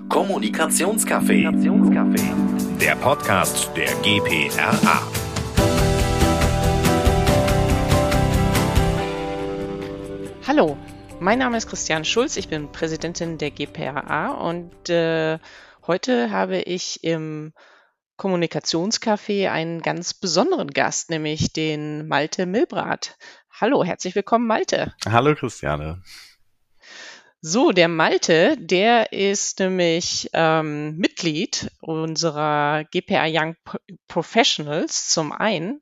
Kommunikationscafé. Der Podcast der GPRA. Hallo, mein Name ist Christiane Schulz, ich bin Präsidentin der GPRA und heute habe ich im Kommunikationscafé einen ganz besonderen Gast, nämlich den Malte Milbrat. Hallo, herzlich willkommen, Malte. Hallo Christiane. So, der Malte, der ist nämlich Mitglied unserer GPR Young Professionals zum einen,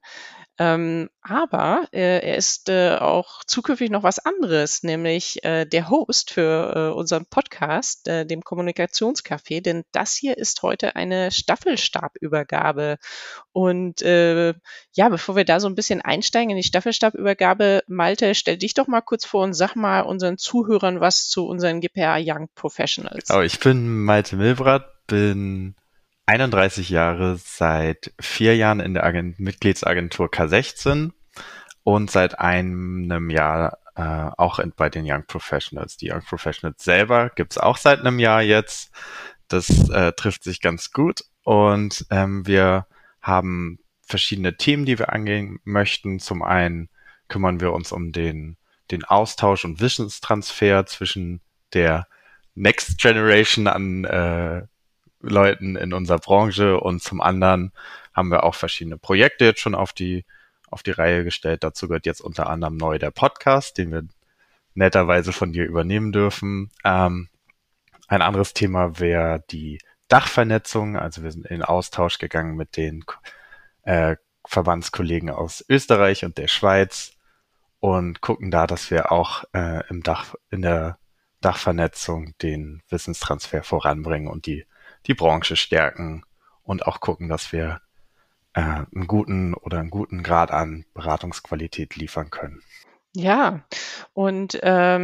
aber er ist auch zukünftig noch was anderes, nämlich der Host für unseren Podcast, dem Kommunikationscafé, denn das hier ist heute eine Staffelstabübergabe. Und ja, bevor wir da so ein bisschen einsteigen in die Staffelstabübergabe, Malte, stell dich doch mal kurz vor und sag mal unseren Zuhörern was zu unseren GPR Young Professionals. Oh, ich bin Malte Milbrat, bin 31 Jahre, seit 4 Jahren in der Mitgliedsagentur K16 und seit einem Jahr auch bei den Young Professionals. Die Young Professionals selber gibt's auch seit einem Jahr jetzt. Das trifft sich ganz gut und wir haben verschiedene Themen, die wir angehen möchten. Zum einen kümmern wir uns um den Austausch und Wissenstransfer zwischen der Next Generation an Leuten in unserer Branche und zum anderen haben wir auch verschiedene Projekte jetzt schon auf die Reihe gestellt. Dazu gehört jetzt unter anderem neu der Podcast, den wir netterweise von dir übernehmen dürfen. Ein anderes Thema wäre die Dachvernetzung. Also wir sind in den Austausch gegangen mit den Verbandskollegen aus Österreich und der Schweiz und gucken da, dass wir auch in der Dachvernetzung den Wissenstransfer voranbringen und die Branche stärken und auch gucken, dass wir einen guten Grad an Beratungsqualität liefern können. Ja, und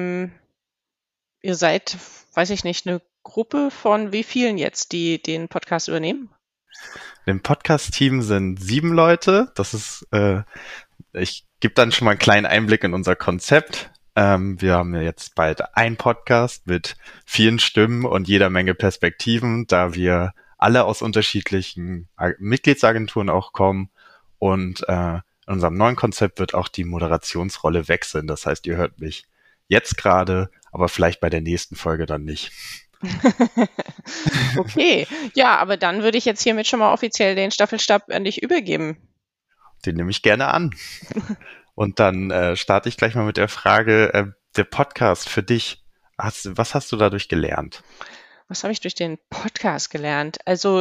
ihr seid, weiß ich nicht, eine Gruppe von wie vielen jetzt, die den Podcast übernehmen? Im Podcast-Team sind 7 Leute. Das ist, ich gebe dann schon mal einen kleinen Einblick in unser Konzept. Wir haben ja jetzt bald einen Podcast mit vielen Stimmen und jeder Menge Perspektiven, da wir alle aus unterschiedlichen Mitgliedsagenturen auch kommen. Und in unserem neuen Konzept wird auch die Moderationsrolle wechseln. Das heißt, ihr hört mich jetzt gerade, aber vielleicht bei der nächsten Folge dann nicht. Okay, ja, aber dann würde ich jetzt hiermit schon mal offiziell den Staffelstab an dich übergeben. Den nehme ich gerne an. Und dann starte ich gleich mal mit der Frage, der Podcast für dich, was hast du dadurch gelernt? Was habe ich durch den Podcast gelernt? Also,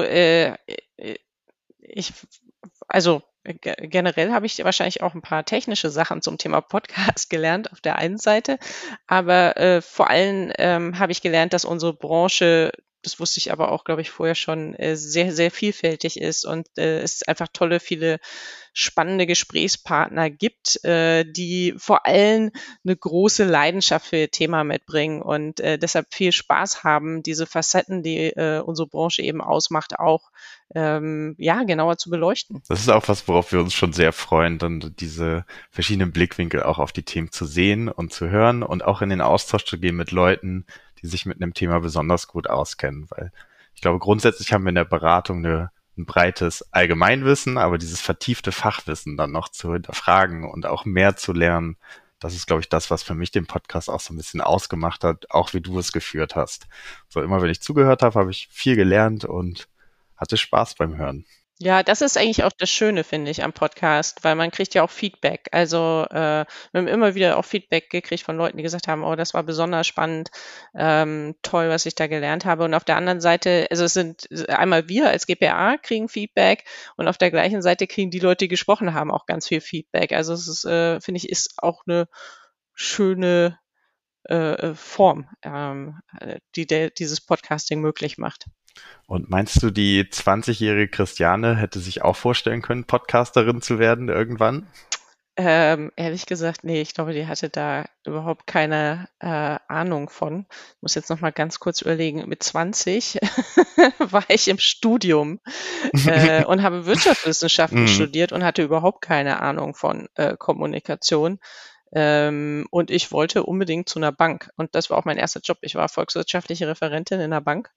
generell habe ich wahrscheinlich auch ein paar technische Sachen zum Thema Podcast gelernt auf der einen Seite, aber vor allem habe ich gelernt, dass unsere Branche, das wusste ich aber auch, glaube ich, vorher schon, sehr, sehr vielfältig ist und es einfach viele spannende Gesprächspartner gibt, die vor allem eine große Leidenschaft für ihr Thema mitbringen und deshalb viel Spaß haben, diese Facetten, die unsere Branche eben ausmacht, auch genauer zu beleuchten. Das ist auch was, worauf wir uns schon sehr freuen, dann diese verschiedenen Blickwinkel auch auf die Themen zu sehen und zu hören und auch in den Austausch zu gehen mit Leuten, die sich mit einem Thema besonders gut auskennen, weil ich glaube, grundsätzlich haben wir in der Beratung ein breites Allgemeinwissen, aber dieses vertiefte Fachwissen dann noch zu hinterfragen und auch mehr zu lernen, das ist, glaube ich, das, was für mich den Podcast auch so ein bisschen ausgemacht hat, auch wie du es geführt hast. So immer, wenn ich zugehört habe, habe ich viel gelernt und hatte Spaß beim Hören. Ja, das ist eigentlich auch das Schöne, finde ich, am Podcast, weil man kriegt ja auch Feedback. Also wir haben immer wieder auch Feedback gekriegt von Leuten, die gesagt haben, oh, das war besonders spannend, toll, was ich da gelernt habe. Und auf der anderen Seite, also es sind einmal wir als GPA kriegen Feedback und auf der gleichen Seite kriegen die Leute, die gesprochen haben, auch ganz viel Feedback. Also es ist, finde ich, ist auch eine schöne Form, die dieses Podcasting möglich macht. Und meinst du, die 20-jährige Christiane hätte sich auch vorstellen können, Podcasterin zu werden irgendwann? Ehrlich gesagt, nee, ich glaube, die hatte da überhaupt keine Ahnung von. Ich muss jetzt noch mal ganz kurz überlegen. Mit 20 war ich im Studium und habe Wirtschaftswissenschaften studiert und hatte überhaupt keine Ahnung von Kommunikation. Und ich wollte unbedingt zu einer Bank. Und das war auch mein erster Job. Ich war volkswirtschaftliche Referentin in einer Bank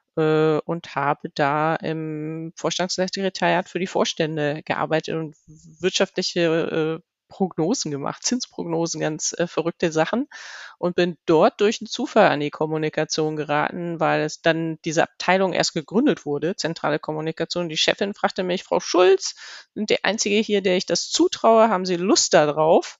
und habe da im Vorstandssekretariat für die Vorstände gearbeitet und wirtschaftliche Prognosen gemacht, Zinsprognosen, ganz verrückte Sachen und bin dort durch einen Zufall an die Kommunikation geraten, weil es dann diese Abteilung erst gegründet wurde, zentrale Kommunikation. Die Chefin fragte mich, Frau Schulz, sind die Einzige hier, der ich das zutraue, haben Sie Lust darauf?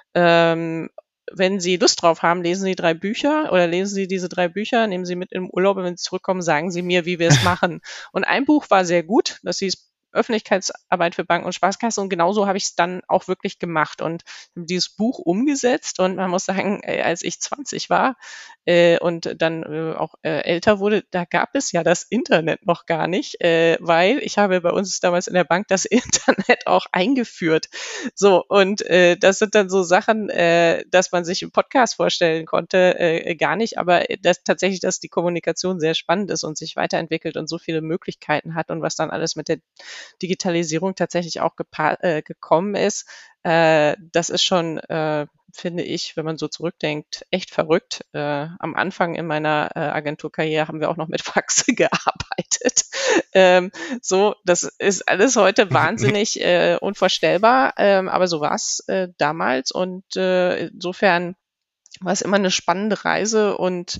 Wenn Sie Lust drauf haben, lesen Sie 3 Bücher oder lesen Sie diese 3 Bücher, nehmen Sie mit in den Urlaub und wenn Sie zurückkommen, sagen Sie mir, wie wir es machen. Und ein Buch war sehr gut, das hieß Öffentlichkeitsarbeit für Banken und Sparkassen und genauso habe ich es dann auch wirklich gemacht und dieses Buch umgesetzt und man muss sagen, als ich 20 war und dann auch älter wurde, da gab es ja das Internet noch gar nicht, weil ich habe bei uns damals in der Bank das Internet auch eingeführt. So, und das sind dann so Sachen, dass man sich im Podcast vorstellen konnte, gar nicht, aber tatsächlich, dass die Kommunikation sehr spannend ist und sich weiterentwickelt und so viele Möglichkeiten hat und was dann alles mit der Digitalisierung tatsächlich auch gekommen ist, das ist schon, finde ich, wenn man so zurückdenkt, echt verrückt. Am Anfang in meiner Agenturkarriere haben wir auch noch mit Fax gearbeitet. So, das ist alles heute wahnsinnig unvorstellbar, aber so war es damals und insofern war es immer eine spannende Reise und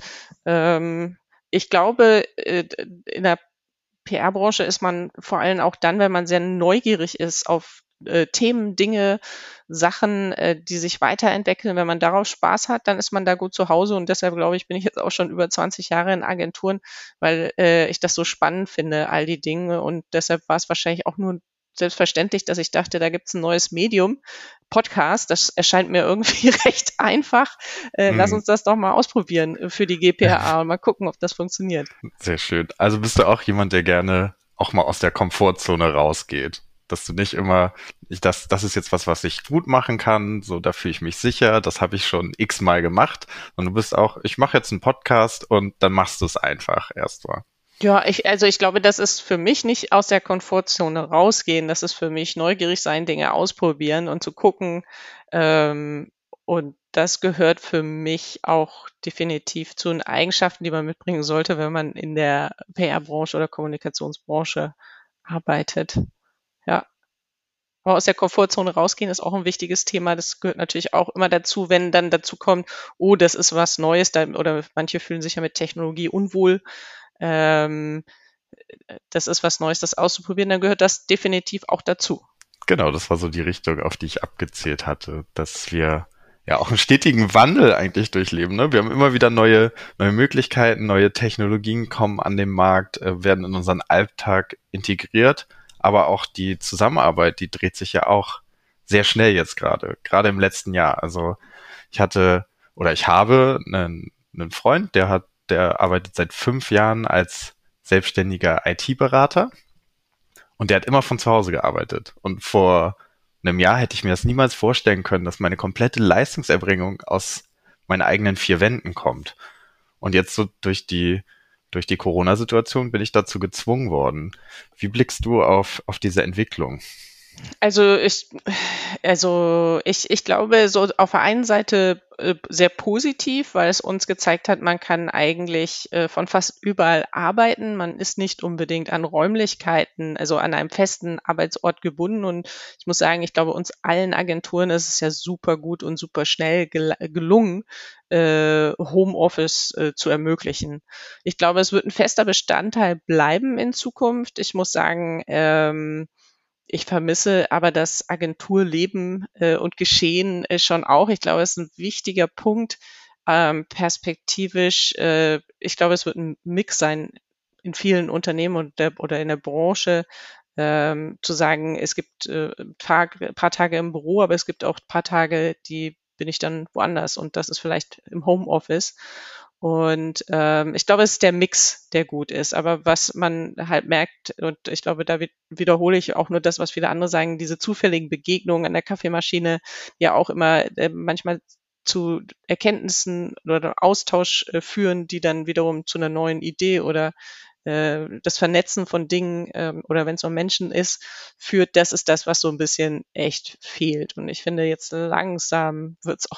ich glaube, in der PR-Branche ist man vor allem auch dann, wenn man sehr neugierig ist auf Themen, Dinge, Sachen, die sich weiterentwickeln. Wenn man darauf Spaß hat, dann ist man da gut zu Hause. Und deshalb, glaube ich, bin ich jetzt auch schon über 20 Jahre in Agenturen, weil ich das so spannend finde, all die Dinge. Und deshalb war es wahrscheinlich auch nur selbstverständlich, dass ich dachte, da gibt es ein neues Medium, Podcast, das erscheint mir irgendwie recht einfach. Lass uns das doch mal ausprobieren für die GPRA und mal gucken, ob das funktioniert. Sehr schön. Also bist du auch jemand, der gerne auch mal aus der Komfortzone rausgeht? Dass du nicht immer, das ist jetzt was ich gut machen kann, so da fühle ich mich sicher, das habe ich schon x-mal gemacht. Und du bist auch, ich mache jetzt einen Podcast und dann machst du es einfach erstmal. Ja, ich glaube, das ist für mich nicht aus der Komfortzone rausgehen. Das ist für mich neugierig sein, Dinge ausprobieren und zu gucken. Und das gehört für mich auch definitiv zu den Eigenschaften, die man mitbringen sollte, wenn man in der PR-Branche oder Kommunikationsbranche arbeitet. Ja. Aber aus der Komfortzone rausgehen ist auch ein wichtiges Thema. Das gehört natürlich auch immer dazu, wenn dann dazu kommt, oh, das ist was Neues, oder manche fühlen sich ja mit Technologie unwohl. Ähm, Das ist was Neues, das auszuprobieren, dann gehört das definitiv auch dazu. Genau, das war so die Richtung, auf die ich abgezählt hatte, dass wir ja auch einen stetigen Wandel eigentlich durchleben. Ne? Wir haben immer wieder neue Möglichkeiten, neue Technologien kommen an den Markt, werden in unseren Alltag integriert, aber auch die Zusammenarbeit, die dreht sich ja auch sehr schnell jetzt gerade im letzten Jahr. Also ich habe einen Freund, der arbeitet seit 5 Jahren als selbstständiger IT-Berater und der hat immer von zu Hause gearbeitet. Und vor einem Jahr hätte ich mir das niemals vorstellen können, dass meine komplette Leistungserbringung aus meinen eigenen 4 Wänden kommt. Und jetzt so durch die Corona-Situation bin ich dazu gezwungen worden. Wie blickst du auf diese Entwicklung? Also ich glaube, so auf der einen Seite sehr positiv, weil es uns gezeigt hat, man kann eigentlich von fast überall arbeiten. Man ist nicht unbedingt an Räumlichkeiten, also an einem festen Arbeitsort gebunden. Und ich muss sagen, ich glaube, uns allen Agenturen ist es ja super gut und super schnell gelungen, Homeoffice zu ermöglichen. Ich glaube, es wird ein fester Bestandteil bleiben in Zukunft. Ich muss sagen, ich vermisse aber das Agenturleben und Geschehen schon auch. Ich glaube, es ist ein wichtiger Punkt, perspektivisch. Ich glaube, es wird ein Mix sein in vielen Unternehmen oder in der Branche, zu sagen, es gibt paar Tage im Büro, aber es gibt auch paar Tage, die bin ich dann woanders und das ist vielleicht im Homeoffice. Und ich glaube, es ist der Mix, der gut ist. Aber was man halt merkt, und ich glaube, da wiederhole ich auch nur das, was viele andere sagen, diese zufälligen Begegnungen an der Kaffeemaschine, ja auch immer manchmal zu Erkenntnissen oder Austausch führen, die dann wiederum zu einer neuen Idee oder das Vernetzen von Dingen oder wenn es um Menschen ist, führt, das ist das, was so ein bisschen echt fehlt. Und ich finde, jetzt langsam wird es auch Zeit,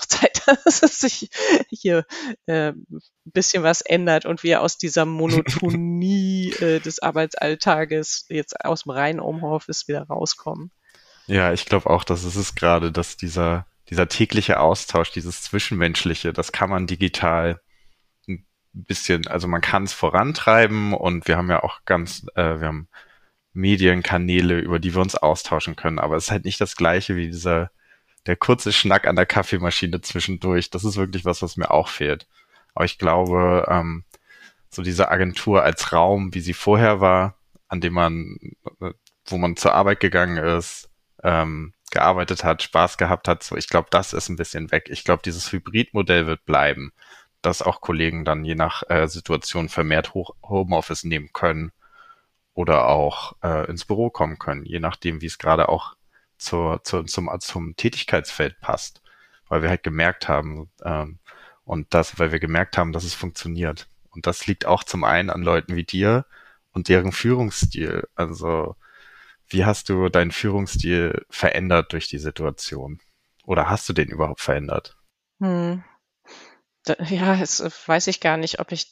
dass es sich hier ein bisschen was ändert und wir aus dieser Monotonie des Arbeitsalltages jetzt aus dem reinen Homeoffice wieder rauskommen. Ja, ich glaube auch, dass es ist gerade, dass dieser tägliche Austausch, dieses Zwischenmenschliche, das kann man digital ein bisschen, also man kann es vorantreiben und wir haben ja auch wir haben Medienkanäle, über die wir uns austauschen können, aber es ist halt nicht das Gleiche wie der kurze Schnack an der Kaffeemaschine zwischendurch. Das ist wirklich was mir auch fehlt. Aber ich glaube, so diese Agentur als Raum, wie sie vorher war, an dem wo man zur Arbeit gegangen ist, gearbeitet hat, Spaß gehabt hat, so ich glaube, das ist ein bisschen weg. Ich glaube, dieses Hybridmodell wird bleiben, dass auch Kollegen dann je nach Situation vermehrt Homeoffice nehmen können oder auch ins Büro kommen können, je nachdem, wie es gerade auch zum Tätigkeitsfeld passt, weil wir halt gemerkt haben, weil wir gemerkt haben, dass es funktioniert. Und das liegt auch zum einen an Leuten wie dir und deren Führungsstil. Also, wie hast du deinen Führungsstil verändert durch die Situation? Oder hast du den überhaupt verändert? Hm. Ja, weiß ich gar nicht, ob ich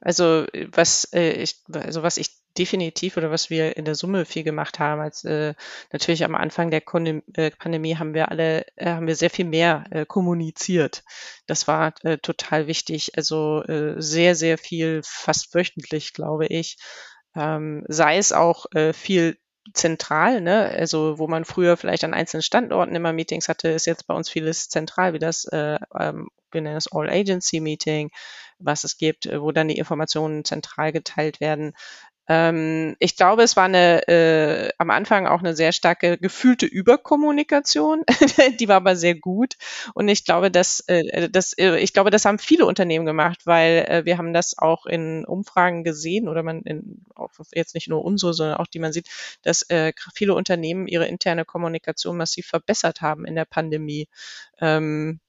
was ich definitiv oder was wir in der Summe viel gemacht haben, als natürlich am Anfang der Pandemie haben wir sehr viel mehr kommuniziert. Das war total wichtig. Also sehr, sehr viel, fast wöchentlich, glaube ich. Sei es auch viel zentral, ne? Also wo man früher vielleicht an einzelnen Standorten immer Meetings hatte, ist jetzt bei uns vieles zentral, wie wir nennen das All-Agency-Meeting, was es gibt, wo dann die Informationen zentral geteilt werden. Ich glaube, es war am Anfang auch eine sehr starke gefühlte Überkommunikation. Die war aber sehr gut. Und ich glaube, ich glaube, das haben viele Unternehmen gemacht, weil wir haben das auch in Umfragen gesehen oder auch jetzt nicht nur unsere, sondern auch die man sieht, dass viele Unternehmen ihre interne Kommunikation massiv verbessert haben in der Pandemie. Ähm,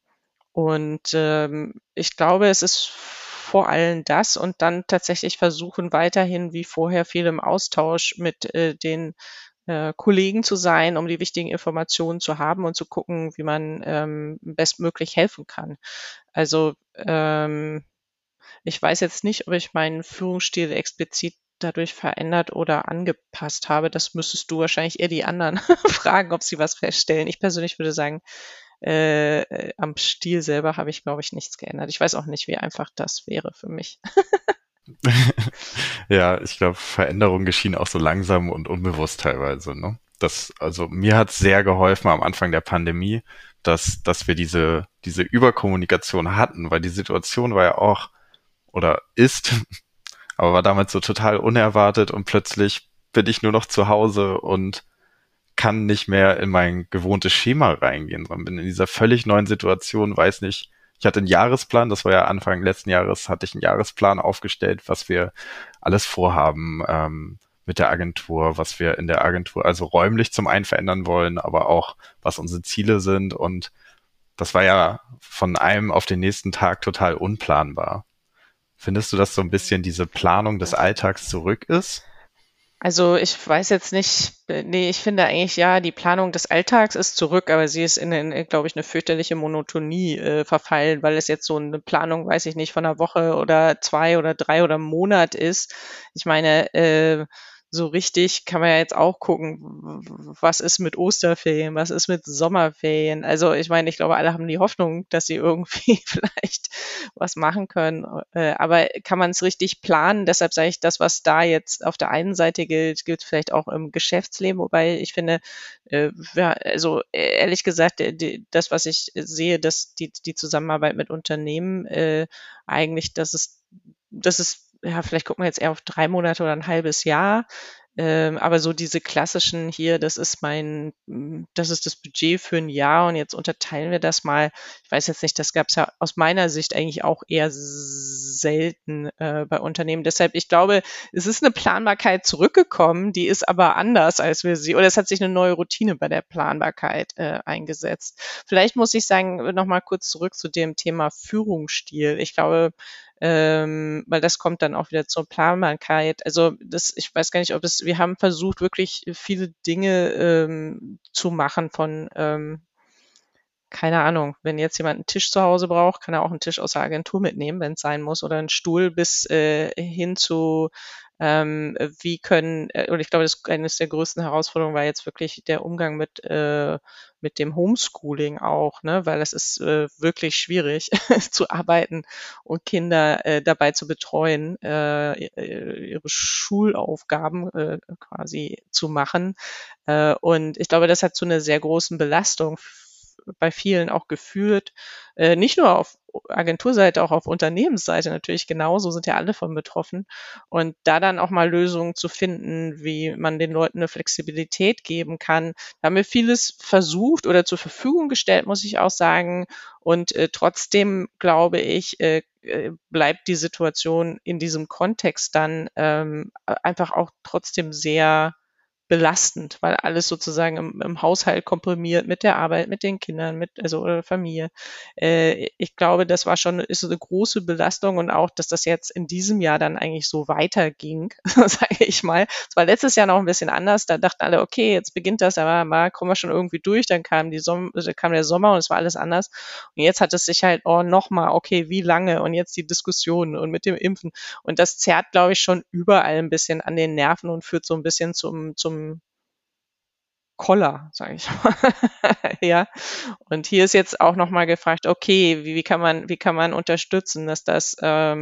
ich glaube, es ist vor allem das und dann tatsächlich versuchen, weiterhin wie vorher viel im Austausch mit den Kollegen zu sein, um die wichtigen Informationen zu haben und zu gucken, wie man bestmöglich helfen kann. Also ich weiß jetzt nicht, ob ich meinen Führungsstil explizit dadurch verändert oder angepasst habe. Das müsstest du wahrscheinlich eher die anderen fragen, ob sie was feststellen. Ich persönlich würde sagen, am Stil selber habe ich, glaube ich, nichts geändert. Ich weiß auch nicht, wie einfach das wäre für mich. Ja, ich glaube, Veränderungen geschehen auch so langsam und unbewusst teilweise, ne? Also mir hat es sehr geholfen am Anfang der Pandemie, dass wir diese Überkommunikation hatten, weil die Situation war ja auch oder ist, aber war damals so total unerwartet und plötzlich bin ich nur noch zu Hause und kann nicht mehr in mein gewohntes Schema reingehen, sondern bin in dieser völlig neuen Situation, weiß nicht, ich hatte einen Jahresplan, das war ja Anfang letzten Jahres, hatte ich einen Jahresplan aufgestellt, was wir alles vorhaben mit der Agentur, was wir in der Agentur also räumlich zum einen verändern wollen, aber auch was unsere Ziele sind und das war ja von einem auf den nächsten Tag total unplanbar. Findest du, dass so ein bisschen diese Planung des Alltags zurück ist? Also ich weiß jetzt nicht, nee, ich finde eigentlich, ja, die Planung des Alltags ist zurück, aber sie ist glaube ich, eine fürchterliche Monotonie verfallen, weil es jetzt so eine Planung, weiß ich nicht, von einer Woche oder 2 oder 3 oder 'n Monat ist. Ich meine, so richtig kann man ja jetzt auch gucken, was ist mit Osterferien, was ist mit Sommerferien. Also ich meine, ich glaube, alle haben die Hoffnung, dass sie irgendwie vielleicht was machen können. Aber kann man es richtig planen? Deshalb sage ich, das, was da jetzt auf der einen Seite gilt, gilt vielleicht auch im Geschäftsleben. Wobei ich finde, ja, also ehrlich gesagt, das, was ich sehe, dass die Zusammenarbeit mit Unternehmen eigentlich, das ist, ja, vielleicht gucken wir jetzt eher auf 3 Monate oder ein halbes Jahr. Aber so diese klassischen hier, das ist das Budget für ein Jahr und jetzt unterteilen wir das mal. Ich weiß jetzt nicht, das gab es ja aus meiner Sicht eigentlich auch eher selten bei Unternehmen. Deshalb, ich glaube, es ist eine Planbarkeit zurückgekommen, die ist aber anders, als oder es hat sich eine neue Routine bei der Planbarkeit eingesetzt. Vielleicht muss ich sagen, nochmal kurz zurück zu dem Thema Führungsstil. Ich glaube, weil das kommt dann auch wieder zur Planbarkeit. Also ich weiß gar nicht, wir haben versucht, wirklich viele Dinge zu machen keine Ahnung, wenn jetzt jemand einen Tisch zu Hause braucht, kann er auch einen Tisch aus der Agentur mitnehmen, wenn es sein muss, oder einen Stuhl bis hin zu wie können, und ich glaube, das eines der größten Herausforderungen war jetzt wirklich der Umgang mit dem Homeschooling auch, ne? Weil es ist wirklich schwierig zu arbeiten und Kinder dabei zu betreuen, ihre Schulaufgaben quasi zu machen. Und ich glaube, das hat zu einer sehr großen Belastung bei vielen auch geführt, nicht nur auf Agenturseite, auch auf Unternehmensseite natürlich genauso, sind ja alle von betroffen. Und da dann auch mal Lösungen zu finden, wie man den Leuten eine Flexibilität geben kann. Da haben wir vieles versucht oder zur Verfügung gestellt, muss ich auch sagen. Und trotzdem glaube ich, bleibt die Situation in diesem Kontext dann einfach auch trotzdem sehr belastend, weil alles sozusagen im Haushalt komprimiert mit der Arbeit, mit den Kindern, also oder Familie. Ich glaube, das war schon, ist eine große Belastung und auch, dass das jetzt in diesem Jahr dann eigentlich so weiterging, sage ich mal. Es war letztes Jahr noch ein bisschen anders. Da dachten alle, okay, jetzt beginnt das, aber mal kommen wir schon irgendwie durch. Dann kam kam der Sommer und es war alles anders. Und jetzt hat es sich halt, nochmal, okay, wie lange? Und jetzt die Diskussionen und mit dem Impfen. Und das zerrt, glaube ich, schon überall ein bisschen an den Nerven und führt so ein bisschen zum Koller, sage ich mal. Ja. Und hier ist jetzt auch nochmal gefragt, okay, wie kann man unterstützen, dass das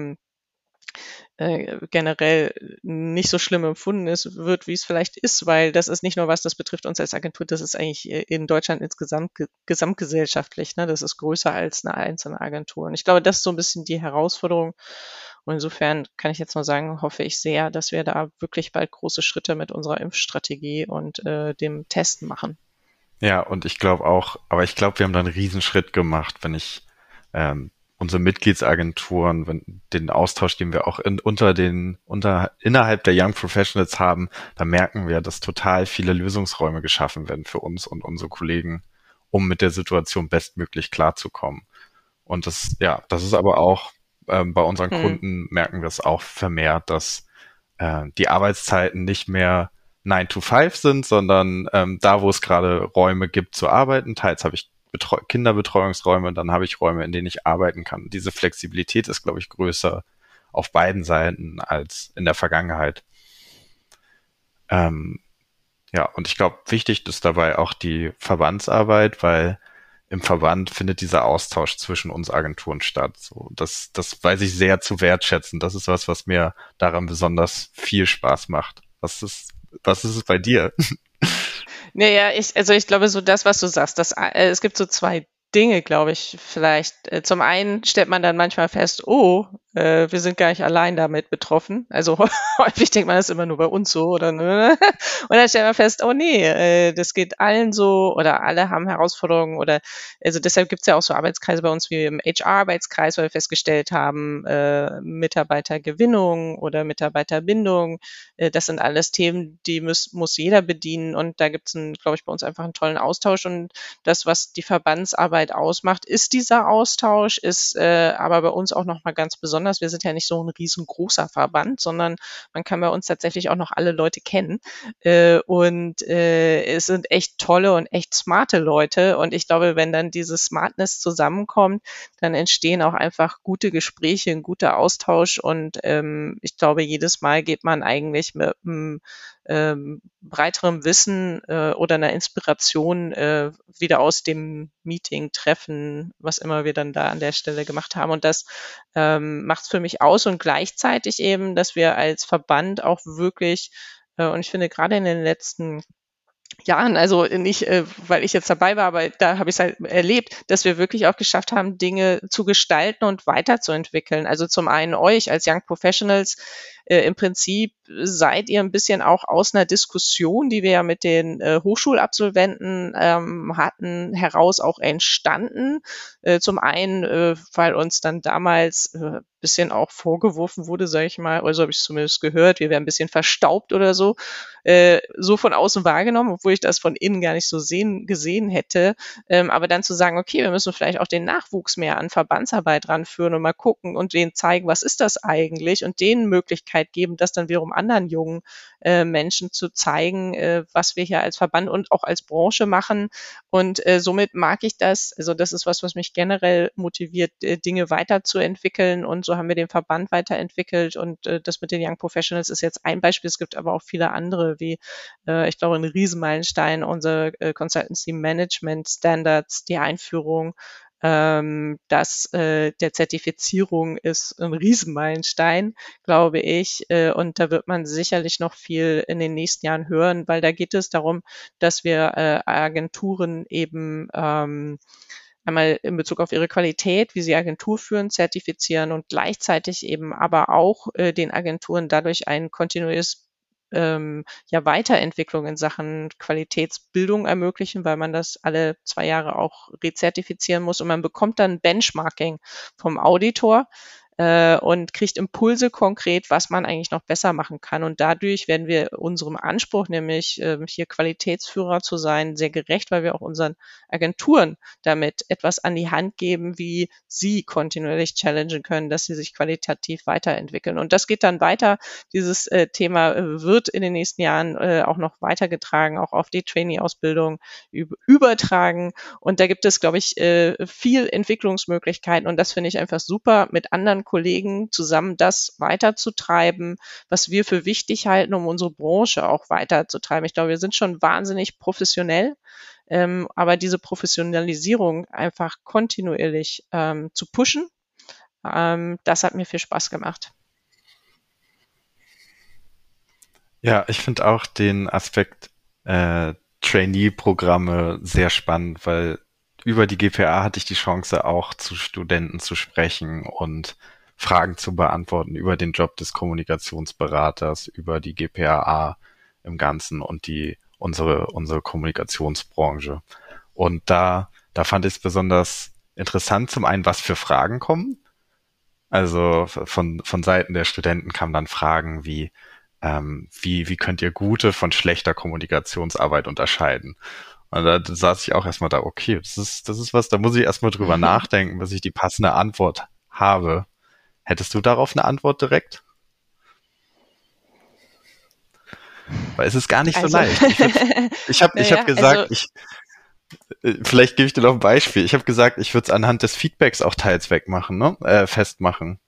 generell nicht so schlimm empfunden wird, wie es vielleicht ist, weil das ist nicht nur was, das betrifft uns als Agentur, das ist eigentlich in Deutschland insgesamt gesamtgesellschaftlich, ne? Das ist größer als eine einzelne Agentur. Und ich glaube, das ist so ein bisschen die Herausforderung. Und insofern kann ich jetzt nur sagen, hoffe ich sehr, dass wir da wirklich bald große Schritte mit unserer Impfstrategie und dem Testen machen. Ja, und ich glaube auch, aber ich glaube, wir haben da einen Riesenschritt gemacht, wenn ich unsere Mitgliedsagenturen, wenn den Austausch, den wir auch innerhalb der Young Professionals haben, da merken wir, dass total viele Lösungsräume geschaffen werden für uns und unsere Kollegen, um mit der Situation bestmöglich klarzukommen. Und das ist aber auch bei unseren Kunden merken wir es auch vermehrt, dass die Arbeitszeiten nicht mehr 9 to 5 sind, sondern da, wo es gerade Räume gibt zu arbeiten. Teils habe ich Kinderbetreuungsräume, dann habe ich Räume, in denen ich arbeiten kann. Diese Flexibilität ist, glaube ich, größer auf beiden Seiten als in der Vergangenheit. Ja, und ich glaube, wichtig ist dabei auch die Verbandsarbeit, weil im Verband findet dieser Austausch zwischen uns Agenturen statt. So, das weiß ich sehr zu wertschätzen. Das ist was mir daran besonders viel Spaß macht. Was ist es bei dir? Naja, ich glaube, so das, was du sagst, es gibt so zwei Dinge, glaube ich, vielleicht. Zum einen stellt man dann manchmal fest, wir sind gar nicht allein damit betroffen. Also häufig denkt man das immer nur bei uns so oder ne? Und dann stellt man fest, oh nee, das geht allen so oder alle haben Herausforderungen oder also deshalb gibt es ja auch so Arbeitskreise bei uns wie im HR-Arbeitskreis, weil wir festgestellt haben, Mitarbeitergewinnung oder Mitarbeiterbindung, das sind alles Themen, die muss jeder bedienen und da gibt es, glaube ich, bei uns einfach einen tollen Austausch und das, was die Verbandsarbeit ausmacht, ist dieser Austausch, ist aber bei uns auch nochmal ganz besonders. Wir sind ja nicht so ein riesengroßer Verband, sondern man kann bei uns tatsächlich auch noch alle Leute kennen. Es sind echt tolle und echt smarte Leute. Und ich glaube, wenn dann diese Smartness zusammenkommt, dann entstehen auch einfach gute Gespräche, ein guter Austausch. Und ich glaube, jedes Mal geht man eigentlich mit einem breiterem Wissen oder einer Inspiration wieder aus dem Meeting, Treffen, was immer wir dann da an der Stelle gemacht haben. Und das macht es für mich aus und gleichzeitig eben, dass wir als Verband auch wirklich, und ich finde gerade in den letzten Jahren, also nicht, weil ich jetzt dabei war, aber da habe ich es halt erlebt, dass wir wirklich auch geschafft haben, Dinge zu gestalten und weiterzuentwickeln. Also zum einen euch als Young Professionals, im Prinzip seid ihr ein bisschen auch aus einer Diskussion, die wir ja mit den Hochschulabsolventen hatten, heraus auch entstanden. Zum einen, weil uns dann damals bisschen auch vorgeworfen wurde, sage ich mal, oder so habe ich es zumindest gehört, wir wären ein bisschen verstaubt oder so, so von außen wahrgenommen, obwohl ich das von innen gar nicht so gesehen hätte. Aber dann zu sagen, okay, wir müssen vielleicht auch den Nachwuchs mehr an Verbandsarbeit ranführen und mal gucken und denen zeigen, was ist das eigentlich und denen Möglichkeiten Möglichkeit geben, das dann wiederum anderen jungen Menschen zu zeigen, was wir hier als Verband und auch als Branche machen. Und somit mag ich das. Also das ist was mich generell motiviert, Dinge weiterzuentwickeln. Und so haben wir den Verband weiterentwickelt. Und das mit den Young Professionals ist jetzt ein Beispiel. Es gibt aber auch viele andere, wie ich glaube, ein Riesenmeilenstein, unsere Consultancy Management Standards, die Einführung der Zertifizierung ist ein Riesenmeilenstein, glaube ich. Und da wird man sicherlich noch viel in den nächsten Jahren hören, weil da geht es darum, dass wir Agenturen eben einmal in Bezug auf ihre Qualität, wie sie Agentur führen, zertifizieren und gleichzeitig eben aber auch den Agenturen dadurch ein kontinuierliches Weiterentwicklung in Sachen Qualitätsbildung ermöglichen, weil man das alle 2 Jahre auch rezertifizieren muss und man bekommt dann Benchmarking vom Auditor und kriegt Impulse konkret, was man eigentlich noch besser machen kann. Und dadurch werden wir unserem Anspruch, nämlich hier Qualitätsführer zu sein, sehr gerecht, weil wir auch unseren Agenturen damit etwas an die Hand geben, wie sie kontinuierlich challengen können, dass sie sich qualitativ weiterentwickeln. Und das geht dann weiter. Dieses Thema wird in den nächsten Jahren auch noch weitergetragen, auch auf die Trainee-Ausbildung übertragen. Und da gibt es, glaube ich, viel Entwicklungsmöglichkeiten. Und das finde ich einfach super, mit anderen Kollegen zusammen das weiterzutreiben, was wir für wichtig halten, um unsere Branche auch weiterzutreiben. Ich glaube, wir sind schon wahnsinnig professionell, aber diese Professionalisierung einfach kontinuierlich zu pushen, das hat mir viel Spaß gemacht. Ja, ich finde auch den Aspekt Trainee-Programme sehr spannend, weil über die GPA hatte ich die Chance, auch zu Studenten zu sprechen und Fragen zu beantworten über den Job des Kommunikationsberaters, über die GPA im Ganzen und unsere Kommunikationsbranche. Und da fand ich es besonders interessant, zum einen, was für Fragen kommen. Also von Seiten der Studenten kamen dann Fragen wie könnt ihr gute von schlechter Kommunikationsarbeit unterscheiden? Und da saß ich auch erstmal da, okay, das ist was, da muss ich erstmal drüber nachdenken, bis ich die passende Antwort habe. Hättest du darauf eine Antwort direkt? Weil es ist gar nicht so leicht. Ich hab gesagt, vielleicht gebe ich dir noch ein Beispiel. Ich habe gesagt, ich würde es anhand des Feedbacks auch teils wegmachen, ne? Festmachen.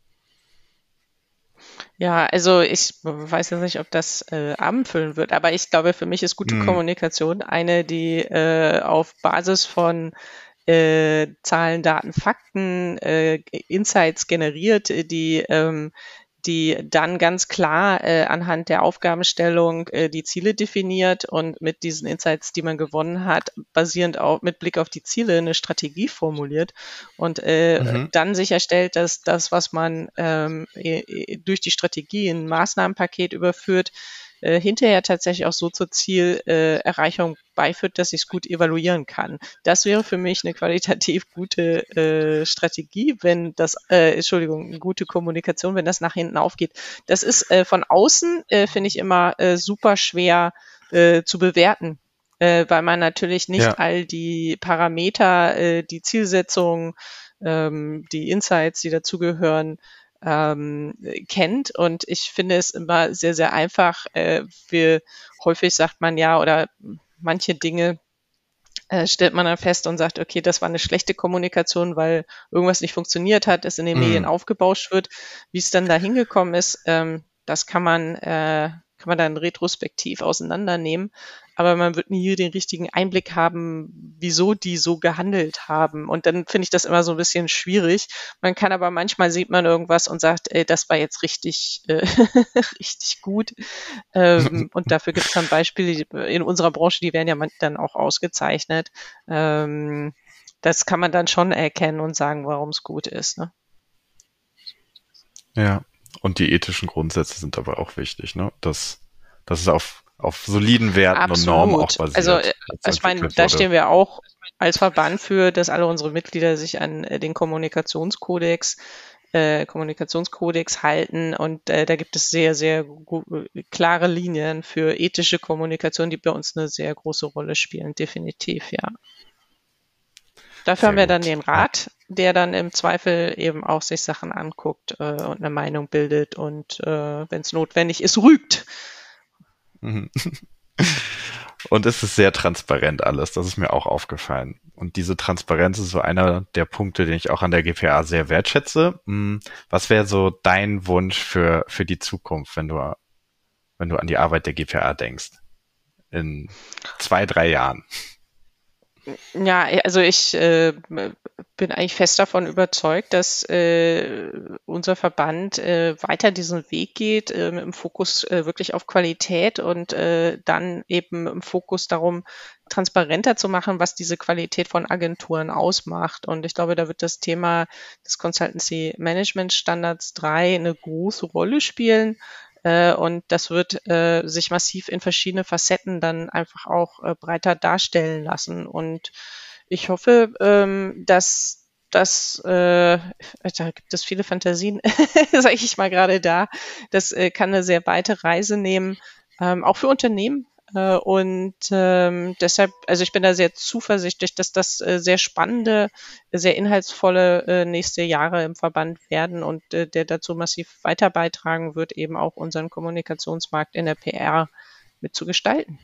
Ja, also ich weiß jetzt nicht, ob das abendfüllend wird, aber ich glaube, für mich ist gute Kommunikation eine, die auf Basis von Zahlen, Daten, Fakten, Insights generiert, die dann ganz klar anhand der Aufgabenstellung die Ziele definiert und mit diesen Insights, die man gewonnen hat, basierend auch mit Blick auf die Ziele eine Strategie formuliert und dann sicherstellt, dass das, was man durch die Strategie in ein Maßnahmenpaket überführt, hinterher tatsächlich auch so zur Zielerreichung beiführt, dass ich es gut evaluieren kann. Das wäre für mich eine qualitativ gute Strategie, wenn das, eine gute Kommunikation, wenn das nach hinten aufgeht. Das ist von außen, finde ich, immer super schwer zu bewerten, weil man natürlich nicht all die Parameter, die Zielsetzung, die Insights, die dazugehören, kennt. Und ich finde es immer sehr, sehr einfach. Häufig sagt man ja, oder manche Dinge stellt man dann fest und sagt, okay, das war eine schlechte Kommunikation, weil irgendwas nicht funktioniert hat, es in den Medien aufgebauscht wird. Wie es dann da hingekommen ist, das kann man dann retrospektiv auseinandernehmen. Aber man wird nie den richtigen Einblick haben, wieso die so gehandelt haben. Und dann finde ich das immer so ein bisschen schwierig. Man kann aber manchmal sieht man irgendwas und sagt, das war jetzt richtig, richtig gut. Und dafür gibt es dann Beispiele in unserer Branche, die werden ja dann auch ausgezeichnet. Das kann man dann schon erkennen und sagen, warum es gut ist. Ne? Ja, und die ethischen Grundsätze sind aber auch wichtig, ne? Dass es auf soliden Werten Absolut. und Normen auch basiert. Also ich meine, da stehen wir auch als Verband für, dass alle unsere Mitglieder sich an den Kommunikationskodex halten und da gibt es sehr, sehr klare Linien für ethische Kommunikation, die bei uns eine sehr große Rolle spielen, definitiv, ja. Dafür haben wir dann gut. den Rat, der dann im Zweifel eben auch sich Sachen anguckt und eine Meinung bildet und wenn es notwendig ist, rügt. Mhm. Und es ist sehr transparent alles, das ist mir auch aufgefallen. Und diese Transparenz ist so einer der Punkte, den ich auch an der GPA sehr wertschätze. Was wäre so dein Wunsch für die Zukunft, wenn du an die Arbeit der GPA denkst? In 2, 3 Jahren. Ja, also ich bin eigentlich fest davon überzeugt, dass unser Verband weiter diesen Weg geht, mit dem Fokus wirklich auf Qualität und dann eben im Fokus darum, transparenter zu machen, was diese Qualität von Agenturen ausmacht. Und ich glaube, da wird das Thema des Consultancy Management Standards 3 eine große Rolle spielen. Und das wird sich massiv in verschiedene Facetten dann einfach auch breiter darstellen lassen. Und ich hoffe, dass da gibt es viele Fantasien, sage ich mal gerade da. Das kann eine sehr weite Reise nehmen, auch für Unternehmen. Und deshalb, also ich bin da sehr zuversichtlich, dass das sehr spannende, sehr inhaltsvolle nächste Jahre im Verband werden und der dazu massiv weiter beitragen wird, eben auch unseren Kommunikationsmarkt in der PR mitzugestalten.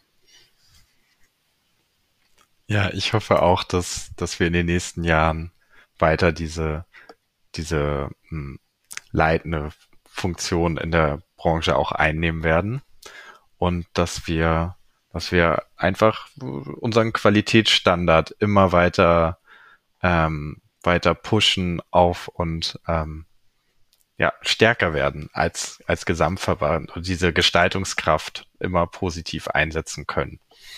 Ja, ich hoffe auch, dass wir in den nächsten Jahren weiter diese leitende Funktion in der Branche auch einnehmen werden und dass wir einfach unseren Qualitätsstandard immer weiter pushen auf und ja, stärker werden als Gesamtverband und diese Gestaltungskraft immer positiv einsetzen können.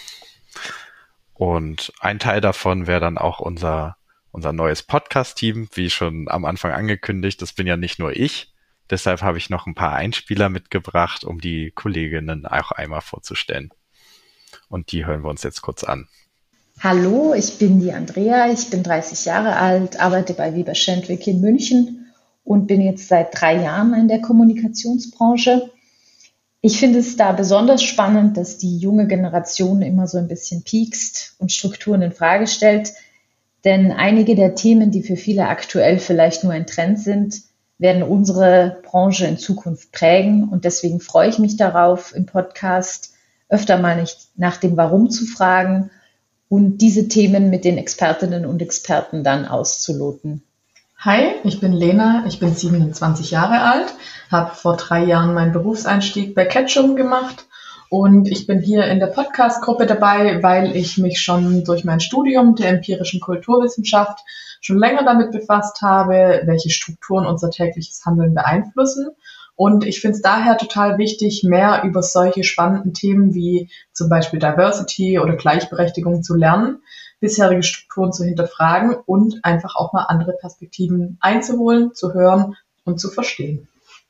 Und ein Teil davon wäre dann auch unser neues Podcast-Team, wie schon am Anfang angekündigt. Das bin ja nicht nur ich. Deshalb habe ich noch ein paar Einspieler mitgebracht, um die Kolleginnen auch einmal vorzustellen. Und die hören wir uns jetzt kurz an. Hallo, ich bin die Andrea, ich bin 30 Jahre alt, arbeite bei Weber Schendwick in München und bin jetzt seit 3 Jahren in der Kommunikationsbranche. Ich finde es da besonders spannend, dass die junge Generation immer so ein bisschen piekst und Strukturen in Frage stellt. Denn einige der Themen, die für viele aktuell vielleicht nur ein Trend sind, werden unsere Branche in Zukunft prägen. Und deswegen freue ich mich darauf, im Podcast öfter mal nicht nach dem Warum zu fragen und diese Themen mit den Expertinnen und Experten dann auszuloten. Hi, ich bin Lena, ich bin 27 Jahre alt, habe vor 3 Jahren meinen Berufseinstieg bei Ketchum gemacht und ich bin hier in der Podcast-Gruppe dabei, weil ich mich schon durch mein Studium der empirischen Kulturwissenschaft schon länger damit befasst habe, welche Strukturen unser tägliches Handeln beeinflussen. Und ich finde es daher total wichtig, mehr über solche spannenden Themen wie zum Beispiel Diversity oder Gleichberechtigung zu lernen, bisherige Strukturen zu hinterfragen und einfach auch mal andere Perspektiven einzuholen, zu hören und zu verstehen.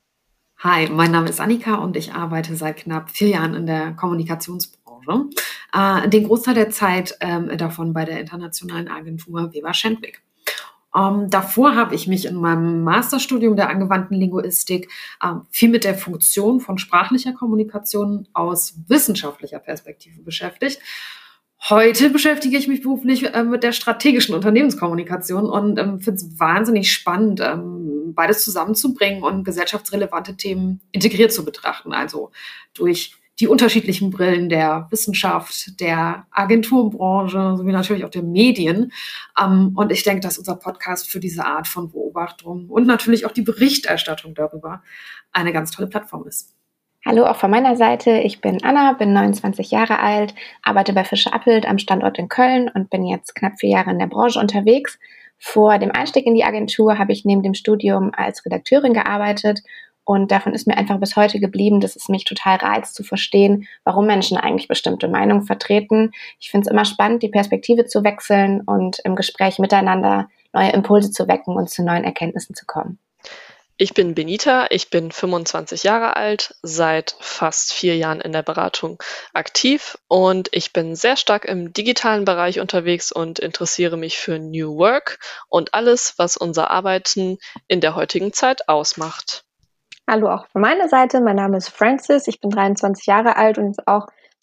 Hi, mein Name ist Annika und ich arbeite seit knapp 4 Jahren in der Kommunikationsbranche. Den Großteil der Zeit davon bei der internationalen Agentur Weber Schendwick. Davor habe ich mich in meinem Masterstudium der angewandten Linguistik viel mit der Funktion von sprachlicher Kommunikation aus wissenschaftlicher Perspektive beschäftigt. Heute beschäftige ich mich beruflich mit der strategischen Unternehmenskommunikation und finde es wahnsinnig spannend, beides zusammenzubringen und gesellschaftsrelevante Themen integriert zu betrachten. Also durch die unterschiedlichen Brillen der Wissenschaft, der Agenturbranche sowie natürlich auch der Medien. Und ich denke, dass unser Podcast für diese Art von Beobachtung und natürlich auch die Berichterstattung darüber eine ganz tolle Plattform ist. Hallo, auch von meiner Seite. Ich bin Anna, bin 29 Jahre alt, arbeite bei Fischer Appelt am Standort in Köln und bin jetzt knapp 4 Jahre in der Branche unterwegs. Vor dem Einstieg in die Agentur habe ich neben dem Studium als Redakteurin gearbeitet und davon ist mir einfach bis heute geblieben, dass es mich total reizt zu verstehen, warum Menschen eigentlich bestimmte Meinungen vertreten. Ich finde es immer spannend, die Perspektive zu wechseln und im Gespräch miteinander neue Impulse zu wecken und zu neuen Erkenntnissen zu kommen. Ich bin Benita, ich bin 25 Jahre alt, seit fast 4 Jahren in der Beratung aktiv und ich bin sehr stark im digitalen Bereich unterwegs und interessiere mich für New Work und alles, was unser Arbeiten in der heutigen Zeit ausmacht. Hallo auch von meiner Seite, mein Name ist Francis, ich bin 23 Jahre alt und jetzt auch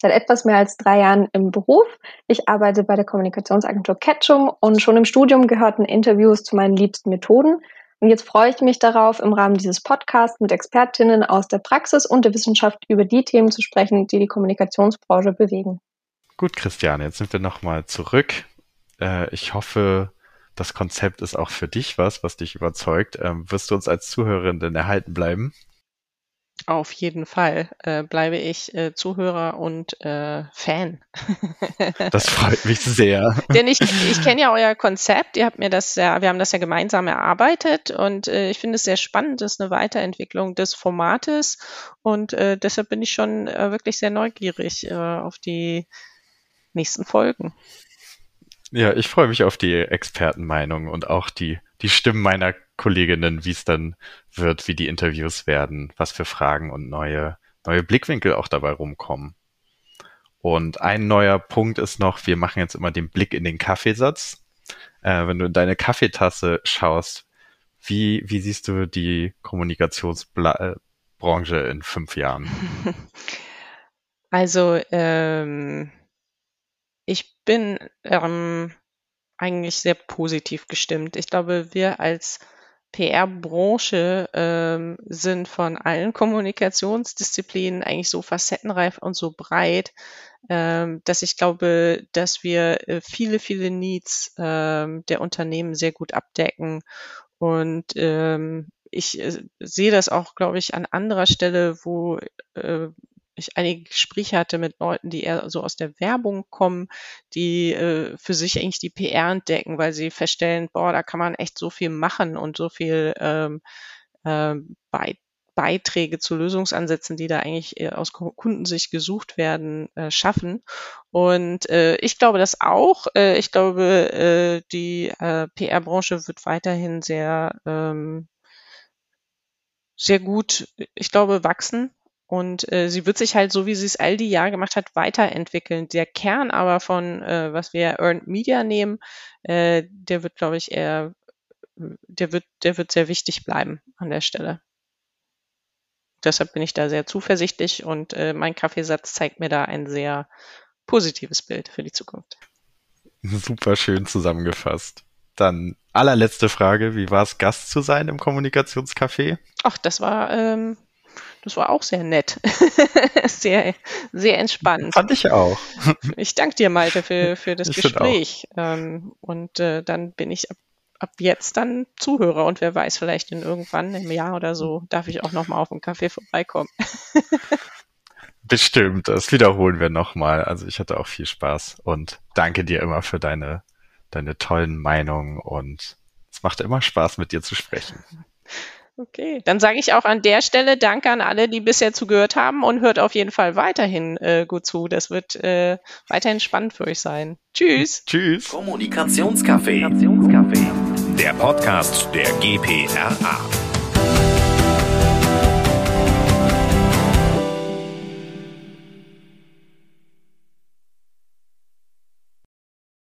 seit etwas mehr als 3 Jahren im Beruf. Ich arbeite bei der Kommunikationsagentur Ketchum und schon im Studium gehörten Interviews zu meinen liebsten Methoden. Und jetzt freue ich mich darauf, im Rahmen dieses Podcasts mit Expertinnen aus der Praxis und der Wissenschaft über die Themen zu sprechen, die die Kommunikationsbranche bewegen. Gut, Christiane, jetzt sind wir nochmal zurück. Ich hoffe, das Konzept ist auch für dich was dich überzeugt. Wirst du uns als Zuhörerin denn erhalten bleiben? Auf jeden Fall bleibe ich Zuhörer und Fan. Das freut mich sehr. Denn ich kenne ja euer Konzept. Wir haben das ja gemeinsam erarbeitet und ich finde es sehr spannend. Das ist eine Weiterentwicklung des Formates und deshalb bin ich schon wirklich sehr neugierig auf die nächsten Folgen. Ja, ich freue mich auf die Expertenmeinung und auch die Stimmen meiner Kolleginnen, wie es dann wird, wie die Interviews werden, was für Fragen und neue Blickwinkel auch dabei rumkommen. Und ein neuer Punkt ist noch, wir machen jetzt immer den Blick in den Kaffeesatz. Wenn du in deine Kaffeetasse schaust, wie siehst du die Kommunikationsbranche in 5 Jahren? Also, ich bin eigentlich sehr positiv gestimmt. Ich glaube, wir als PR-Branche sind von allen Kommunikationsdisziplinen eigentlich so facettenreich und so breit, dass ich glaube, dass wir viele, viele Needs der Unternehmen sehr gut abdecken. Und ich sehe das auch, glaube ich, an anderer Stelle, wo ich einige Gespräche hatte mit Leuten, die eher so aus der Werbung kommen, die für sich eigentlich die PR entdecken, weil sie feststellen, da kann man echt so viel machen und so viel Beiträge zu Lösungsansätzen, die da eigentlich aus Kundensicht gesucht werden, schaffen. Und ich glaube das auch. Ich glaube, die PR-Branche wird weiterhin sehr gut, ich glaube, wachsen. Und sie wird sich halt, so wie sie es all die Jahre gemacht hat, weiterentwickeln. Der Kern aber von, was wir Earned Media nehmen, der wird, glaube ich, der wird sehr wichtig bleiben an der Stelle. Deshalb bin ich da sehr zuversichtlich und mein Kaffeesatz zeigt mir da ein sehr positives Bild für die Zukunft. Super schön zusammengefasst. Dann allerletzte Frage, wie war es, Gast zu sein im Kommunikationscafé? Ach, das war auch sehr nett. Sehr, sehr entspannt. Fand ich auch. Ich danke dir, Malte, für das Gespräch. Und dann bin ich ab jetzt dann Zuhörer und wer weiß, vielleicht irgendwann im Jahr oder so darf ich auch nochmal auf den Kaffee vorbeikommen. Bestimmt, das wiederholen wir nochmal. Also ich hatte auch viel Spaß und danke dir immer für deine tollen Meinungen und es macht immer Spaß, mit dir zu sprechen. Okay, dann sage ich auch an der Stelle Danke an alle, die bisher zugehört haben und hört auf jeden Fall weiterhin gut zu. Das wird weiterhin spannend für euch sein. Tschüss. Tschüss. Kommunikationscafé. Der Podcast der GPRA.